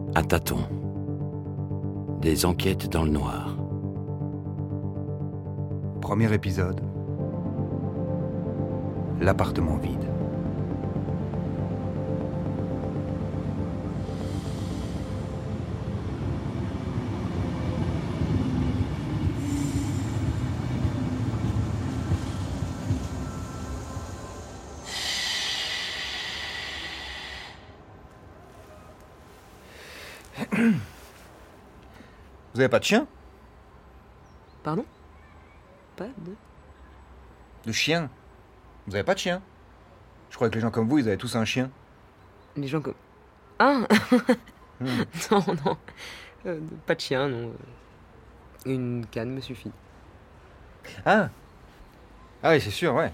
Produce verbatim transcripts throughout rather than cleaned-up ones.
À tâtons. Des enquêtes dans le noir. Premier épisode. L'appartement vide. Vous avez pas de chien ? Pardon ? Pas de... De chien ? Vous avez pas de chien ? Je croyais que les gens comme vous, ils avaient tous un chien. Les gens comme... Ah Hmm. Non, non. Euh, pas de chien, non. Une canne me suffit. Ah Ah oui, c'est sûr, ouais.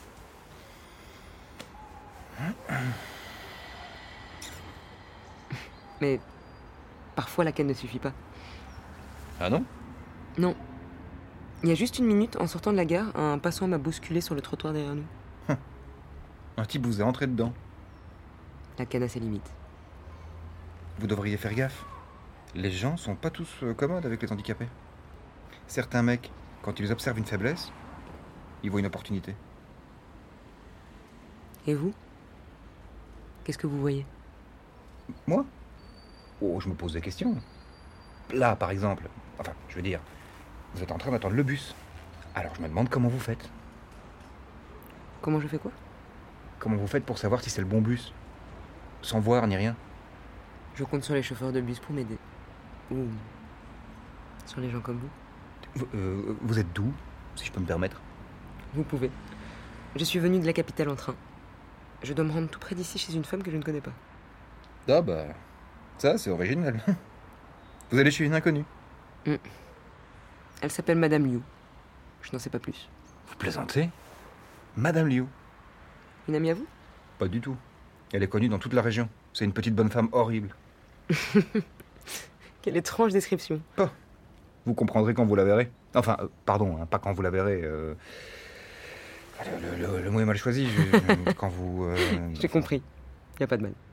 Mais parfois la canne ne suffit pas. Ah non ? Non. Il y a juste une minute, en sortant de la gare, un passant m'a bousculé sur le trottoir derrière nous. Un type vous est entré dedans. La canne a ses limites. Vous devriez faire gaffe. Les gens sont pas tous euh, commodes avec les handicapés. Certains mecs, quand ils observent une faiblesse, ils voient une opportunité. Et vous ? Qu'est-ce que vous voyez ? Moi ? Oh, je me pose des questions. Là, par exemple, enfin, je veux dire, vous êtes en train d'attendre le bus. Alors, je me demande comment vous faites. Comment je fais quoi ? Comment vous faites pour savoir si c'est le bon bus ? Sans voir ni rien. Je compte sur les chauffeurs de bus pour m'aider. Ou sur les gens comme vous. Vous, euh, vous êtes d'où, si je peux me permettre ? Vous pouvez. Je suis venu de la capitale en train. Je dois me rendre tout près d'ici chez une femme que je ne connais pas. Ah bah, ça c'est original. Vous allez chez une inconnue. Mm. Elle s'appelle Madame Liu. Je n'en sais pas plus. Vous plaisantez ? Madame Liu ? Une amie à vous ? Pas du tout. Elle est connue dans toute la région. C'est une petite bonne femme horrible. Quelle étrange description. Vous comprendrez quand vous la verrez. Enfin, euh, pardon, hein, pas quand vous la verrez. euh, Le, le- le- le mot est mal choisi. je- quand vous... euh, J'ai compris. Y a pas de mal.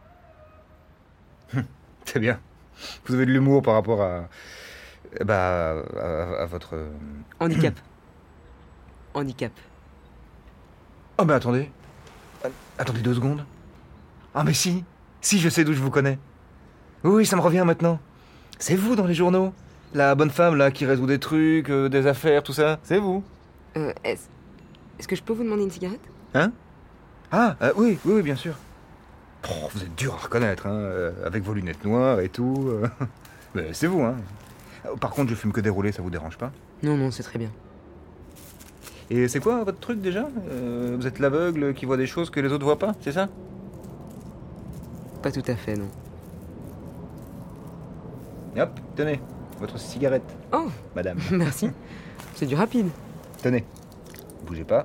C'est bien. Vous avez de l'humour par rapport à... eh Bah, à, à- à votre... euh, Handicap. Handicap. Oh, mais attendez. Euh, Attendez deux secondes. Ah, mais si. Si, je sais d'où je vous connais. Oui, oui, ça me revient maintenant. C'est vous dans les journaux. La bonne femme, là, qui résout des trucs, euh, des affaires, tout ça. C'est vous. Euh, est-ce... Est-ce que je peux vous demander une cigarette ? Hein ? Ah, euh, oui, oui, oui, bien sûr. Oh, vous êtes dur à reconnaître, hein, euh, avec vos lunettes noires et tout. euh. Mais c'est vous, hein. Euh, Par contre, je fume que des roulés, ça vous dérange pas ? Non, non, c'est très bien. Et c'est quoi votre truc déjà ? Euh, Vous êtes l'aveugle qui voit des choses que les autres voient pas, c'est ça ? Pas tout à fait, non. Et hop, tenez, votre cigarette, Oh, madame. merci. C'est du rapide. Tenez, bougez pas.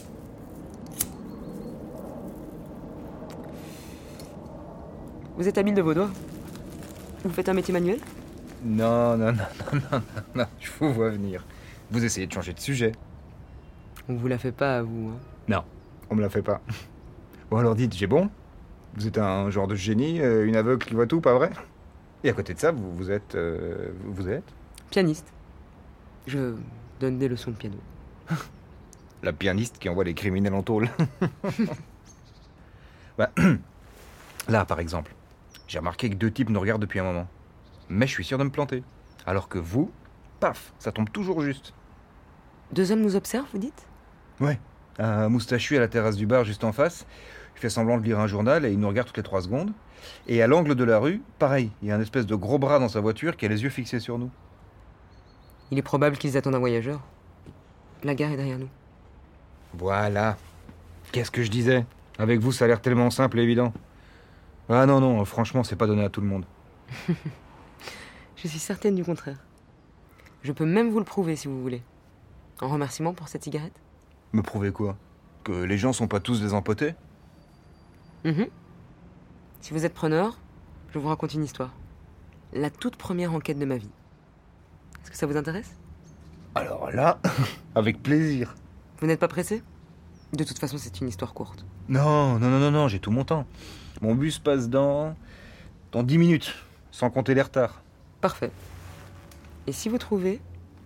Vous êtes habile de vos doigts ? Vous faites un métier manuel ? Non, non, non, non, non, non, non, je vous vois venir. Vous essayez de changer de sujet. On vous la fait pas à vous, hein. Non, on me la fait pas. Bon alors dites, j'ai bon ? Vous êtes un genre de génie, euh, une aveugle qui voit tout, pas vrai ? Et à côté de ça, vous, vous êtes... euh, vous êtes Pianiste. Je donne des leçons de piano. la pianiste qui envoie les criminels en tôle. Bah, là, par exemple, j'ai remarqué que deux types nous regardent depuis un moment. Mais je suis sûr de me planter. Alors que vous, paf, ça tombe toujours juste. Deux hommes nous observent, vous dites ? Ouais. Un moustachu à la terrasse du bar juste en face. Il fait semblant de lire un journal et il nous regarde toutes les trois secondes. Et à l'angle de la rue, pareil, il y a un espèce de gros bras dans sa voiture qui a les yeux fixés sur nous. Il est probable qu'ils attendent un voyageur. La gare est derrière nous. Voilà. Qu'est-ce que je disais ? Avec vous, ça a l'air tellement simple et évident. Ah non, non, franchement, c'est pas donné à tout le monde. Je suis certaine du contraire. Je peux même vous le prouver si vous voulez. En remerciement pour cette cigarette ? Me prouver quoi ? Que les gens sont pas tous des empotés ? Mhm. Si vous êtes preneur, je vous raconte une histoire. La toute première enquête de ma vie. Est-ce que ça vous intéresse ? Alors là, avec plaisir. Vous n'êtes pas pressé ? De toute façon, c'est une histoire courte. Non, non, non, non, non, j'ai tout mon temps. Mon bus passe dans... dans dix minutes. Sans compter les retards. Parfait. Et si vous trouvez,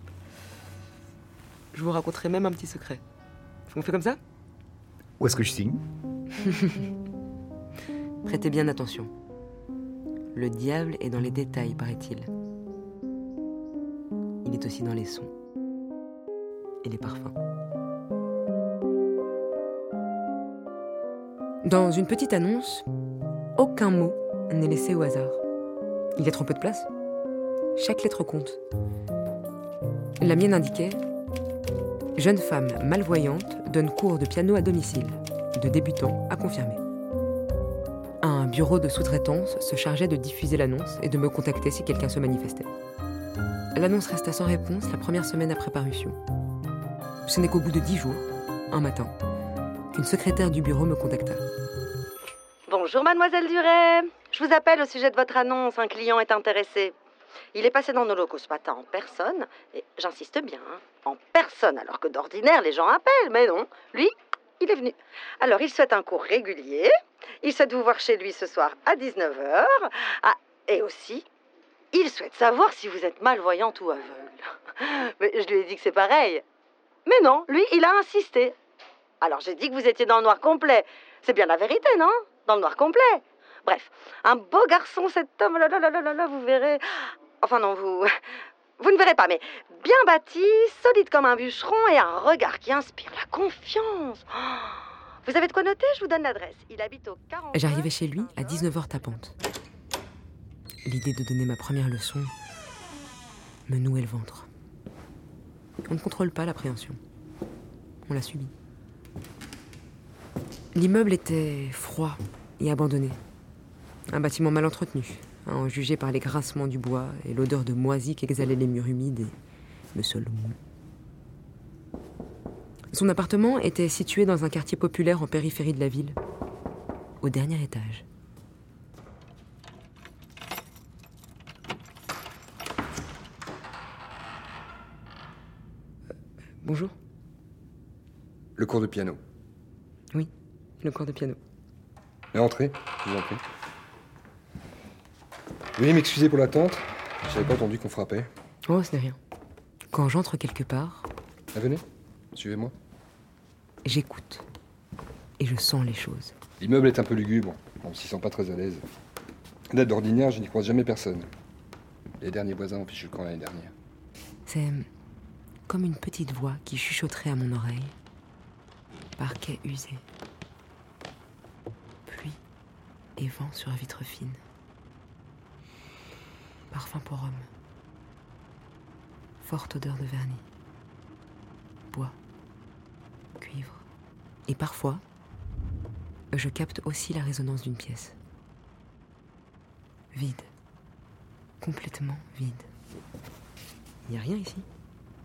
je vous raconterai même un petit secret. On fait comme ça ? Où est-ce que je signe ? Prêtez bien attention. Le diable est dans les détails, paraît-il. Il est aussi dans les sons et les parfums. Dans une petite annonce, aucun mot n'est laissé au hasard. Il y a trop peu de place. Chaque lettre compte. La mienne indiquait « Jeune femme malvoyante donne cours de piano à domicile, de débutant à confirmé ». Un bureau de sous-traitance se chargeait de diffuser l'annonce et de me contacter si quelqu'un se manifestait. L'annonce resta sans réponse la première semaine après parution. Ce n'est qu'au bout de dix jours, un matin, qu'une secrétaire du bureau me contacta. Bonjour mademoiselle Duret, je vous appelle au sujet de votre annonce, un client est intéressé. Il est passé dans nos locaux ce matin en personne, et j'insiste bien, hein, en personne, alors que d'ordinaire les gens appellent, mais non, lui, il est venu. Alors il souhaite un cours régulier, il souhaite vous voir chez lui ce soir à dix-neuf heures, ah, et aussi, il souhaite savoir si vous êtes malvoyante ou aveugle. Mais je lui ai dit que c'est pareil. Mais non, lui, il a insisté. Alors j'ai dit que vous étiez dans le noir complet. C'est bien la vérité, non ? Dans le noir complet. Bref, un beau garçon, cet homme, là, là, là, là, là, vous verrez... Enfin non, vous... Vous ne verrez pas, mais bien bâti, solide comme un bûcheron et un regard qui inspire la confiance. Vous avez de quoi noter ? Je vous donne l'adresse. Il habite au quarante. J'arrivais chez lui à dix-neuf heures tapantes. L'idée de donner ma première leçon me nouait le ventre. On ne contrôle pas l'appréhension. On l'a subie. L'immeuble était froid et abandonné. Un bâtiment mal entretenu, à en juger par les grincements du bois et l'odeur de moisi qu'exhalaient les murs humides et le sol mou. Son appartement était situé dans un quartier populaire en périphérie de la ville, au dernier étage. Euh, bonjour. Le cours de piano. Oui, le cours de piano. Mais entrez, je vous en prie. Veuillez m'excuser pour l'attente. Je n'avais pas entendu qu'on frappait. Oh, ce n'est rien. Quand j'entre quelque part, Ah, venez, suivez-moi. j'écoute. Et je sens les choses. L'immeuble est un peu lugubre. On ne s'y sent pas très à l'aise. Là, d'ordinaire, je n'y croise jamais personne. Les derniers voisins ont fichu le camp l'année dernière. C'est comme une petite voix qui chuchoterait à mon oreille. Parquet usé. Pluie et vent sur vitre fine. Parfum pour homme. Forte odeur de vernis. Bois. Cuivre. Et parfois, je capte aussi la résonance d'une pièce. Vide. Complètement vide. Il n'y a rien ici. Pardon ?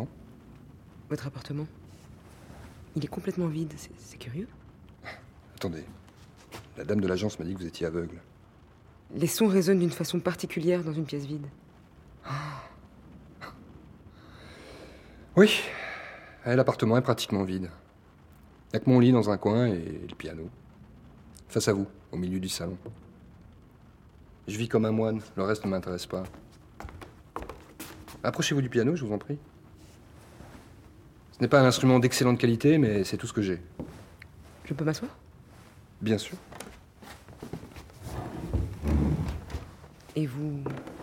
Votre appartement, il est complètement vide. C'est, c'est curieux. Attendez. La dame de l'agence m'a dit que vous étiez aveugle. Les sons résonnent d'une façon particulière dans une pièce vide. Oui. Eh, l'appartement est pratiquement vide. Il n'y a que mon lit dans un coin et le piano. Face à vous, au milieu du salon. Je vis comme un moine, le reste ne m'intéresse pas. Approchez-vous du piano, je vous en prie. Ce n'est pas un instrument d'excellente qualité, mais c'est tout ce que j'ai. Je peux m'asseoir ? Bien sûr. Et vous...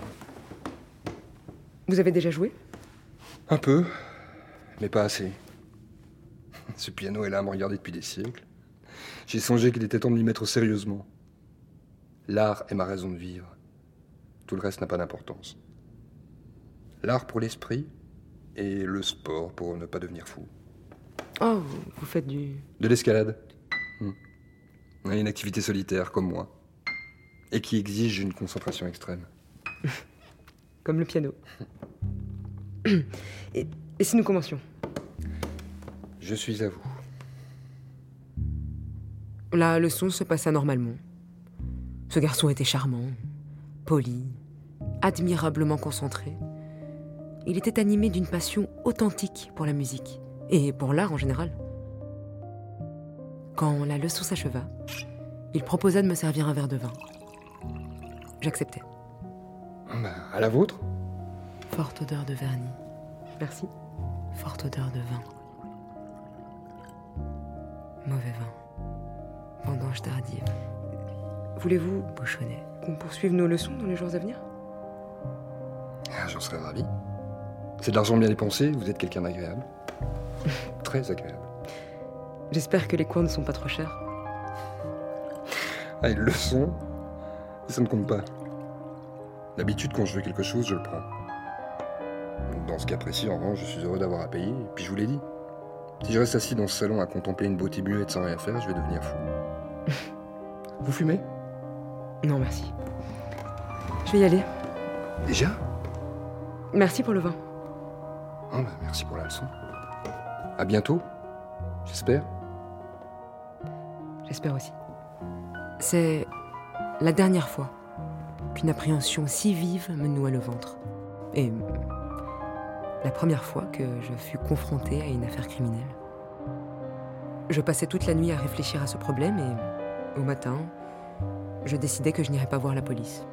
Vous avez déjà joué ? Un peu, mais pas assez. Ce piano est là à me regarder depuis des siècles. J'ai songé qu'il était temps de m'y mettre sérieusement. L'art est ma raison de vivre. Tout le reste n'a pas d'importance. L'art pour l'esprit et le sport pour ne pas devenir fou. Oh, vous faites du... De l'escalade. Hmm. Une activité solitaire, comme moi. Et qui exige une concentration extrême. Comme le piano. et, et si nous commencions ? Je suis à vous. La leçon se passa normalement. Ce garçon était charmant, poli, admirablement concentré. Il était animé d'une passion authentique pour la musique, et pour l'art en général. Quand la leçon s'acheva, il proposa de me servir un verre de vin. J'acceptai. Ben, à la vôtre. Forte odeur de vernis. Merci. Forte odeur de vin. Mauvais vin. Vendange tardive. Voulez-vous, Beauchonnet, qu'on poursuive nos leçons dans les jours à venir? Ah, j'en serais ravi. C'est de l'argent bien dépensé, vous êtes quelqu'un d'agréable. Très agréable. J'espère que les cours ne sont pas trop chers. Ah, une leçon, ça ne compte pas. D'habitude, quand je veux quelque chose, je le prends. Dans ce cas précis, en revanche, je suis heureux d'avoir à payer, et puis je vous l'ai dit. Si je reste assis dans ce salon à contempler une beauté muette sans rien faire, je vais devenir fou. Vous fumez? Non, merci. Je vais y aller. Déjà? Merci pour le vin. Ah, bah, merci pour la leçon. À bientôt, j'espère. J'espère aussi. C'est la dernière fois qu'une appréhension si vive me noua le ventre. Et la première fois que je fus confrontée à une affaire criminelle. Je passais toute la nuit à réfléchir à ce problème et, au matin, je décidai que je n'irais pas voir la police.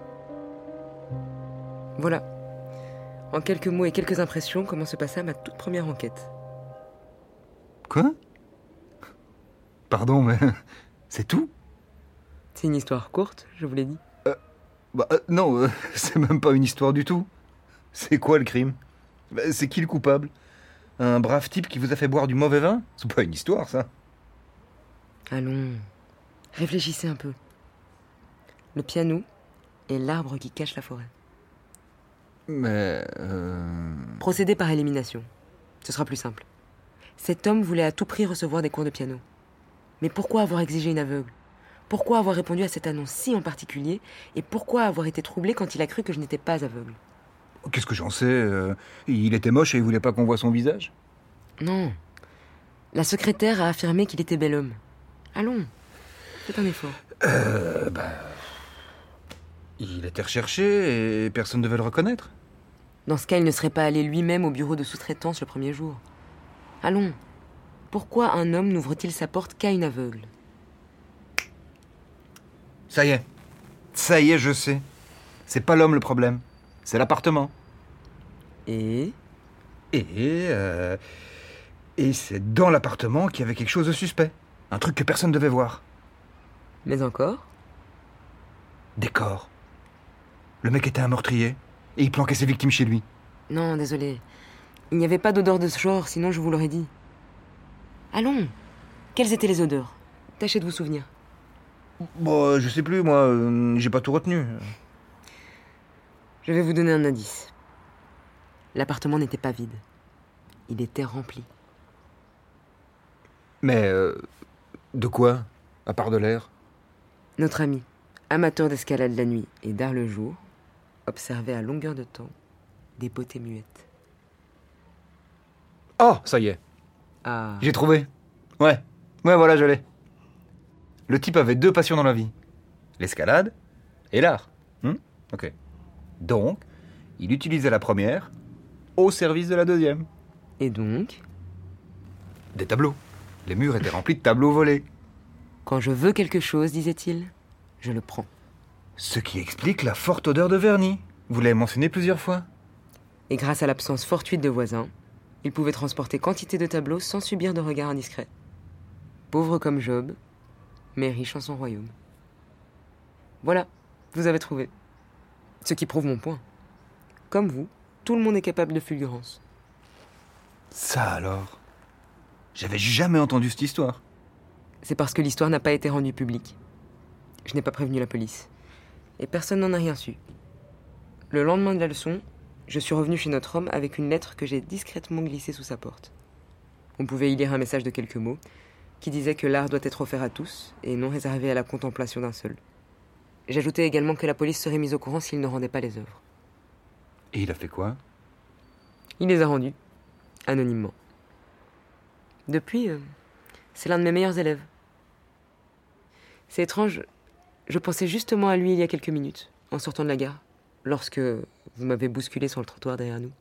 Voilà, en quelques mots et quelques impressions, comment se passa ma toute première enquête. Quoi? Pardon, mais c'est tout? C'est une histoire courte, je vous l'ai dit. euh, Bah euh, non, euh, c'est même pas une histoire du tout. C'est quoi le crime? Bah, c'est qui le coupable? Un brave type qui vous a fait boire du mauvais vin? C'est pas une histoire, ça. Allons, réfléchissez un peu. Le piano est l'arbre qui cache la forêt. Mais... Euh... Procédez par élimination. Ce sera plus simple. Cet homme voulait à tout prix recevoir des cours de piano. Mais pourquoi avoir exigé une aveugle? Pourquoi avoir répondu à cette annonce si en particulier? Et pourquoi avoir été troublé quand il a cru que je n'étais pas aveugle? Qu'est-ce que j'en sais euh, Il était moche et il voulait pas qu'on voit son visage? Non. La secrétaire a affirmé qu'il était bel homme. Allons, faites un effort. Euh... Bah... Il était recherché et personne ne devait le reconnaître. Dans ce cas, il ne serait pas allé lui-même au bureau de sous-traitance le premier jour. Allons, pourquoi un homme n'ouvre-t-il sa porte qu'à une aveugle? Ça y est. Ça y est, je sais. C'est pas l'homme le problème. C'est l'appartement. Et Et... Euh... Et c'est dans l'appartement qu'il y avait quelque chose de suspect. Un truc que personne ne devait voir. Mais encore? Des corps. Le mec était un meurtrier. Et il planquait ses victimes chez lui. Non, désolé. Il n'y avait pas d'odeur de ce genre, sinon je vous l'aurais dit. Allons, quelles étaient les odeurs? Tâchez de vous souvenir. Bon, je sais plus, moi. euh, J'ai pas tout retenu. Je vais vous donner un indice. L'appartement n'était pas vide. Il était rempli. Mais... Euh... De quoi? À part de l'air? Notre ami, amateur d'escalade la nuit et d'art le jour, observait à longueur de temps des beautés muettes. Oh, ça y est. Ah, J'ai trouvé. Ouais. Ouais, voilà, je l'ai. Le type avait deux passions dans la vie. L'escalade et l'art. Hmm ok. Donc, il utilisait la première au service de la deuxième. et donc, Des tableaux. Les murs étaient remplis de tableaux volés. quand je veux quelque chose, disait-il, je le prends. Ce qui explique la forte odeur de vernis. Vous l'avez mentionné plusieurs fois. Et grâce à l'absence fortuite de voisins, il pouvait transporter quantité de tableaux sans subir de regards indiscrets. Pauvre comme Job, mais riche en son royaume. Voilà, vous avez trouvé. Ce qui prouve mon point. Comme vous, tout le monde est capable de fulgurance. Ça alors. J'avais jamais entendu cette histoire. C'est parce que l'histoire n'a pas été rendue publique. Je n'ai pas prévenu la police. Et personne n'en a rien su. Le lendemain de la leçon, je suis revenu chez notre homme avec une lettre que j'ai discrètement glissée sous sa porte. On pouvait y lire un message de quelques mots qui disait que l'art doit être offert à tous et non réservé à la contemplation d'un seul. J'ajoutais également que la police serait mise au courant s'il ne rendait pas les œuvres. Et il a fait quoi? Il les a rendues, anonymement. Depuis, euh, c'est l'un de mes meilleurs élèves. C'est étrange, je pensais justement à lui il y a quelques minutes, en sortant de la gare, lorsque vous m'avez bousculé sur le trottoir derrière nous.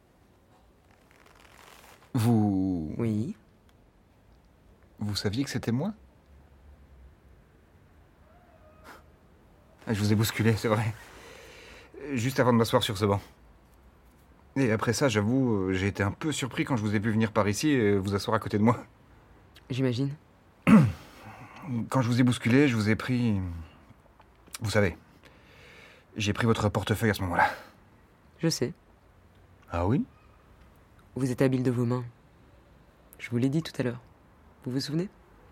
Vous... Oui, Vous saviez que c'était moi? Je vous ai bousculé, c'est vrai. Juste avant de m'asseoir sur ce banc. Et après ça, j'avoue, j'ai été un peu surpris quand je vous ai vu venir par ici et vous asseoir à côté de moi. J'imagine. Quand je vous ai bousculé, je vous ai pris... Vous savez, j'ai pris votre portefeuille à ce moment-là. Je sais. Ah oui? Vous êtes habile de vos mains. Je vous l'ai dit tout à l'heure. Vous vous souvenez?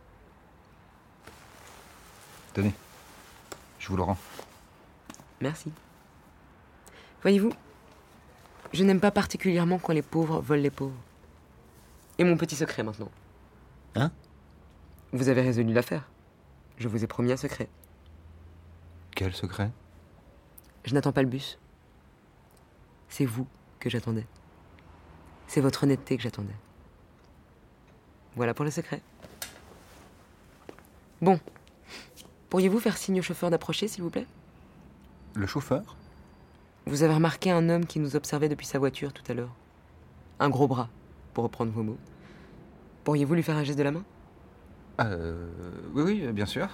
Tenez, je vous le rends. Merci. Voyez-vous, je n'aime pas particulièrement quand les pauvres volent les pauvres. Et mon petit secret maintenant. Hein? Vous avez résolu l'affaire. Je vous ai promis un secret. Quel secret? Je n'attends pas le bus. C'est vous que j'attendais. C'est votre honnêteté que j'attendais. Voilà pour le secret. Bon. Pourriez-vous faire signe au chauffeur d'approcher, s'il vous plaît? Le chauffeur? Vous avez remarqué un homme qui nous observait depuis sa voiture tout à l'heure. Un gros bras, pour reprendre vos mots. Pourriez-vous lui faire un geste de la main? Euh... Oui, oui, bien sûr.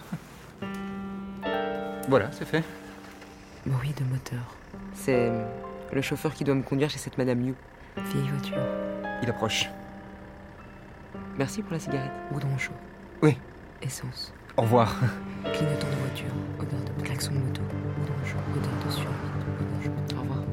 Voilà, c'est fait. Bruit de moteur. C'est le chauffeur qui doit me conduire chez cette Madame Liu. Vieille voiture. Il approche. Merci pour la cigarette. Goudron chaud. Oui. Essence. Au revoir. Clignotant de voiture. Odeur de klaxon de moto. Goudron chaud. Odeur de sueur. Odeur chaud. Au revoir.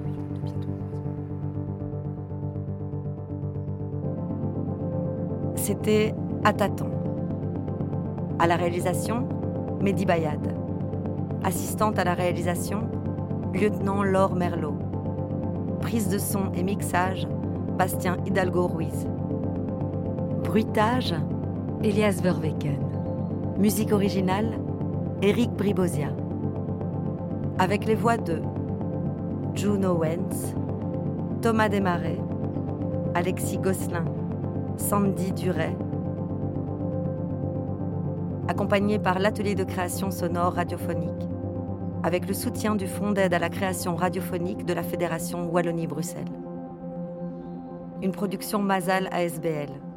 C'était À tâtons. À la réalisation, Mehdi Bayad. Assistante à la réalisation, lieutenant Laure Merlot. Prise de son et mixage, Bastien Hidalgo-Ruiz. Bruitage, Elias Verweken. Musique originale, Éric Bribosia. Avec les voix de June Owens, Thomas Desmarais, Alexis Gosselin, Sandy Duret, accompagné par l'atelier de création sonore radiophonique, avec le soutien du Fonds d'aide à la création radiophonique de la Fédération Wallonie-Bruxelles. Une production Mazal A S B L.